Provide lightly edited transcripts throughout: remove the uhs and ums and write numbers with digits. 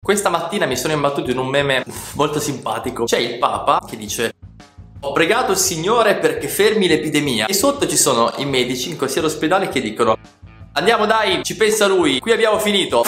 Questa mattina mi sono imbattuto in un meme molto simpatico. C'è il Papa che dice: ho pregato il Signore perché fermi l'epidemia. E sotto ci sono i medici in qualsiasi ospedale che dicono: andiamo dai, ci pensa lui, qui abbiamo finito.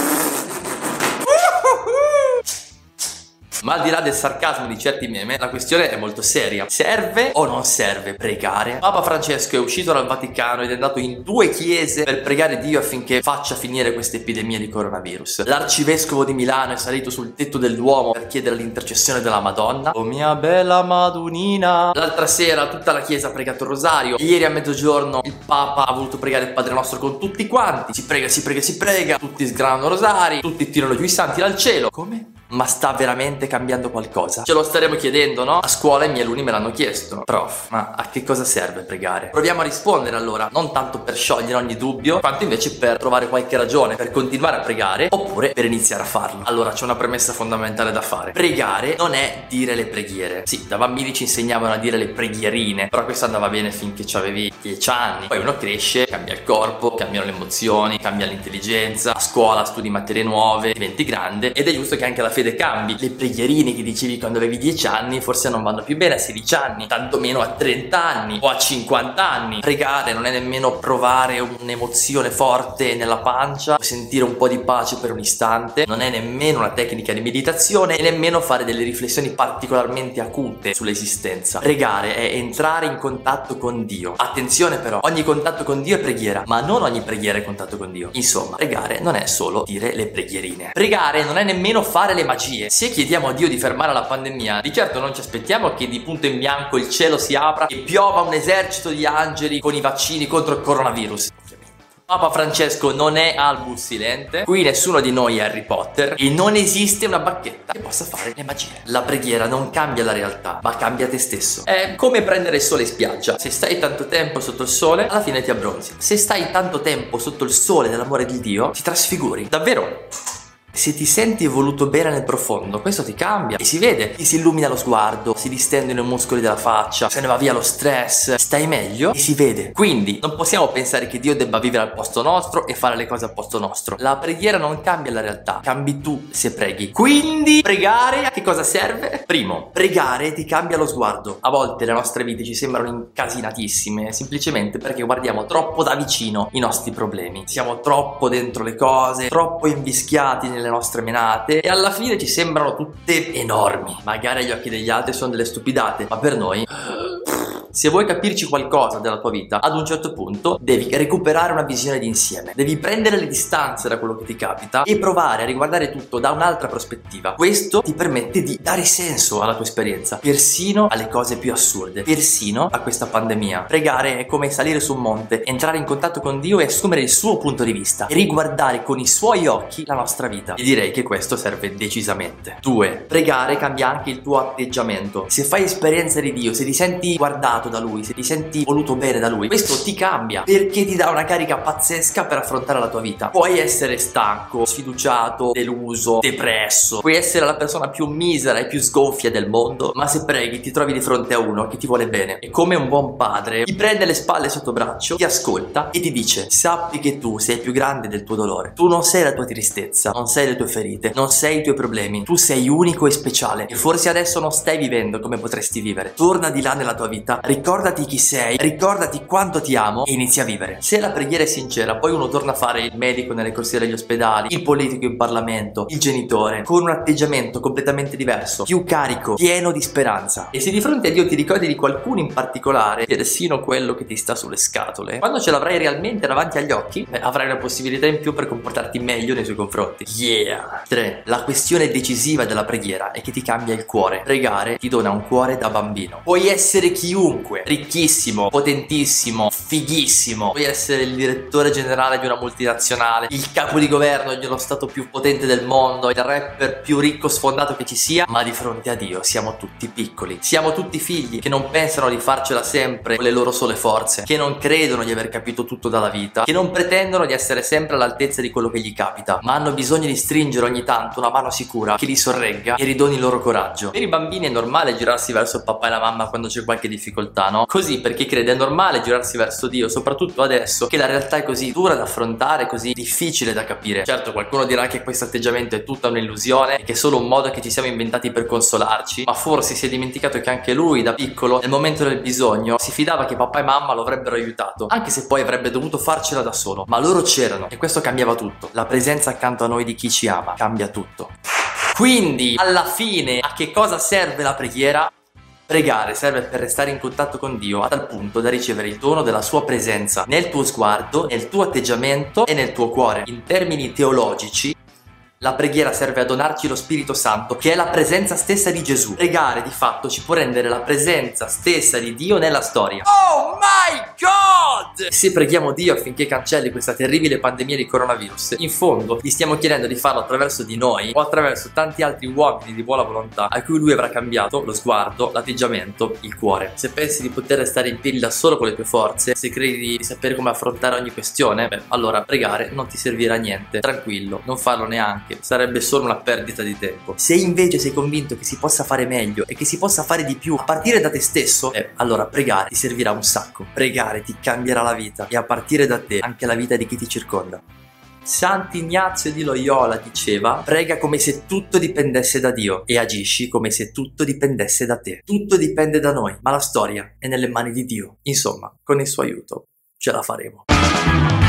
Ma al di là del sarcasmo di certi meme, la questione è molto seria. Serve o non serve pregare? Papa Francesco è uscito dal Vaticano ed è andato in 2 chiese per pregare Dio affinché faccia finire questa epidemia di coronavirus. L'arcivescovo di Milano è salito sul tetto del Duomo per chiedere l'intercessione della Madonna. Oh mia bella Madunina. L'altra sera tutta la chiesa ha pregato il rosario. Ieri a mezzogiorno il Papa ha voluto pregare il Padre Nostro con tutti quanti. Si prega, si prega, si prega. Tutti sgranano rosari, tutti tirano giù i santi dal cielo. Come? Ma sta veramente cambiando qualcosa? Ce lo staremo chiedendo, no? A scuola i miei alunni me l'hanno chiesto. Prof, ma a che cosa serve pregare? Proviamo a rispondere allora, non tanto per sciogliere ogni dubbio, quanto invece per trovare qualche ragione per continuare a pregare oppure per iniziare a farlo. Allora c'è una premessa fondamentale da fare. Pregare non è dire le preghiere. Sì, da bambini ci insegnavano a dire le preghierine, però questo andava bene finché avevi 10 anni. Poi uno cresce, cambia il corpo, cambiano le emozioni, cambia l'intelligenza, a scuola studi materie nuove, diventi grande ed è giusto che anche la fede cambi. Le preghierine che dicevi quando avevi 10 anni forse non vanno più bene a 16 anni, tantomeno a 30 anni o a 50 anni. Pregare non è nemmeno provare un'emozione forte nella pancia o sentire un po' di pace per un istante, non è nemmeno una tecnica di meditazione e nemmeno fare delle riflessioni particolarmente acute sull'esistenza. Pregare è entrare in contatto con Dio. Attenzione però, ogni contatto con Dio è preghiera, ma non ogni preghiera è contatto con Dio. Insomma, pregare non è solo dire le preghierine. Pregare non è nemmeno fare le magie. Se chiediamo a Dio di fermare la pandemia, di certo non ci aspettiamo che di punto in bianco il cielo si apra e piova un esercito di angeli con i vaccini contro il coronavirus. Papa Francesco non è Albus Silente, qui nessuno di noi è Harry Potter e non esiste una bacchetta che possa fare le magie. La preghiera non cambia la realtà, ma cambia te stesso. È come prendere il sole in spiaggia. Se stai tanto tempo sotto il sole, alla fine ti abbronzi. Se stai tanto tempo sotto il sole dell'amore di Dio, ti trasfiguri. Davvero. Se ti senti voluto bene nel profondo, questo ti cambia e si vede, ti si illumina lo sguardo, si distendono i muscoli della faccia, se ne va via lo stress, stai meglio e si vede. Quindi non possiamo pensare che Dio debba vivere al posto nostro e fare le cose al posto nostro. La preghiera non cambia la realtà, cambi tu se preghi. Quindi pregare a che cosa serve? Primo, pregare ti cambia lo sguardo. A volte le nostre vite ci sembrano incasinatissime semplicemente perché guardiamo troppo da vicino i nostri problemi. Siamo troppo dentro le cose, troppo invischiati nelle nostre menate e alla fine ci sembrano tutte enormi. Magari agli occhi degli altri sono delle stupidate, ma per noi se vuoi capirci qualcosa della tua vita, ad un certo punto devi recuperare una visione d'insieme. Devi prendere le distanze da quello che ti capita e provare a riguardare tutto da un'altra prospettiva. Questo ti permette di dare senso alla tua esperienza, persino alle cose più assurde, persino a questa pandemia. Pregare è come salire su un monte, entrare in contatto con Dio e assumere il suo punto di vista e riguardare con i suoi occhi la nostra vita. E direi che questo serve decisamente. 2. Pregare cambia anche il tuo atteggiamento. Se fai esperienza di Dio, se ti senti guardato da Lui, se ti senti voluto bene da Lui, questo ti cambia perché ti dà una carica pazzesca per affrontare la tua vita. Puoi essere stanco, sfiduciato, deluso, depresso, puoi essere la persona più misera e più sgonfia del mondo, ma se preghi ti trovi di fronte a uno che ti vuole bene e come un buon padre ti prende le spalle sotto braccio, ti ascolta e ti dice: sappi che tu sei più grande del tuo dolore, tu non sei la tua tristezza, non sei le tue ferite, non sei i tuoi problemi, tu sei unico e speciale e forse adesso non stai vivendo come potresti vivere. Torna di là nella tua vita, ricordati chi sei, ricordati quanto ti amo e inizia a vivere. Se la preghiera è sincera, poi uno torna a fare il medico nelle corsie degli ospedali, il politico in Parlamento, il genitore, con un atteggiamento completamente diverso, più carico, pieno di speranza. E se di fronte a Dio ti ricordi di qualcuno in particolare, persino quello che ti sta sulle scatole, quando ce l'avrai realmente davanti agli occhi, avrai una possibilità in più per comportarti meglio nei suoi confronti. Yeah! 3. La questione decisiva della preghiera è che ti cambia il cuore. Pregare ti dona un cuore da bambino. Puoi essere chiunque, ricchissimo, potentissimo, fighissimo, puoi essere il direttore generale di una multinazionale, il capo di governo di uno stato più potente del mondo, il rapper più ricco sfondato che ci sia, ma di fronte a Dio siamo tutti piccoli, siamo tutti figli che non pensano di farcela sempre con le loro sole forze, che non credono di aver capito tutto dalla vita, che non pretendono di essere sempre all'altezza di quello che gli capita, ma hanno bisogno di stringere ogni tanto una mano sicura che li sorregga e ridoni il loro coraggio. Per i bambini è normale girarsi verso il papà e la mamma quando c'è qualche difficoltà, difficoltà, no? Così per chi crede è normale girarsi verso Dio, soprattutto adesso che la realtà è così dura da affrontare, così difficile da capire. Certo, qualcuno dirà che questo atteggiamento è tutta un'illusione e che è solo un modo che ci siamo inventati per consolarci, ma forse si è dimenticato che anche lui da piccolo, nel momento del bisogno, si fidava che papà e mamma lo avrebbero aiutato, anche se poi avrebbe dovuto farcela da solo, ma loro c'erano e questo cambiava tutto. La presenza accanto a noi di chi ci ama cambia tutto. Quindi, alla fine, a che cosa serve la preghiera? Pregare serve per restare in contatto con Dio a tal punto da ricevere il dono della sua presenza nel tuo sguardo, nel tuo atteggiamento e nel tuo cuore. In termini teologici, la preghiera serve a donarci lo Spirito Santo, che è la presenza stessa di Gesù. Pregare di fatto ci può rendere la presenza stessa di Dio nella storia. Oh my God! Se preghiamo Dio affinché cancelli questa terribile pandemia di coronavirus, in fondo gli stiamo chiedendo di farlo attraverso di noi o attraverso tanti altri uomini di buona volontà a cui lui avrà cambiato lo sguardo, l'atteggiamento, il cuore. Se pensi di poter restare in piedi da solo con le tue forze, se credi di sapere come affrontare ogni questione, allora pregare non ti servirà a niente. Tranquillo, non farlo neanche. Sarebbe solo una perdita di tempo. Se invece sei convinto che si possa fare meglio e che si possa fare di più a partire da te stesso, allora pregare ti servirà un sacco. Pregare ti cambierà la vita e a partire da te anche la vita di chi ti circonda. Sant'Ignazio di Loyola diceva: prega come se tutto dipendesse da Dio e agisci come se tutto dipendesse da te. Tutto dipende da noi, ma la storia è nelle mani di Dio. Insomma, con il suo aiuto ce la faremo.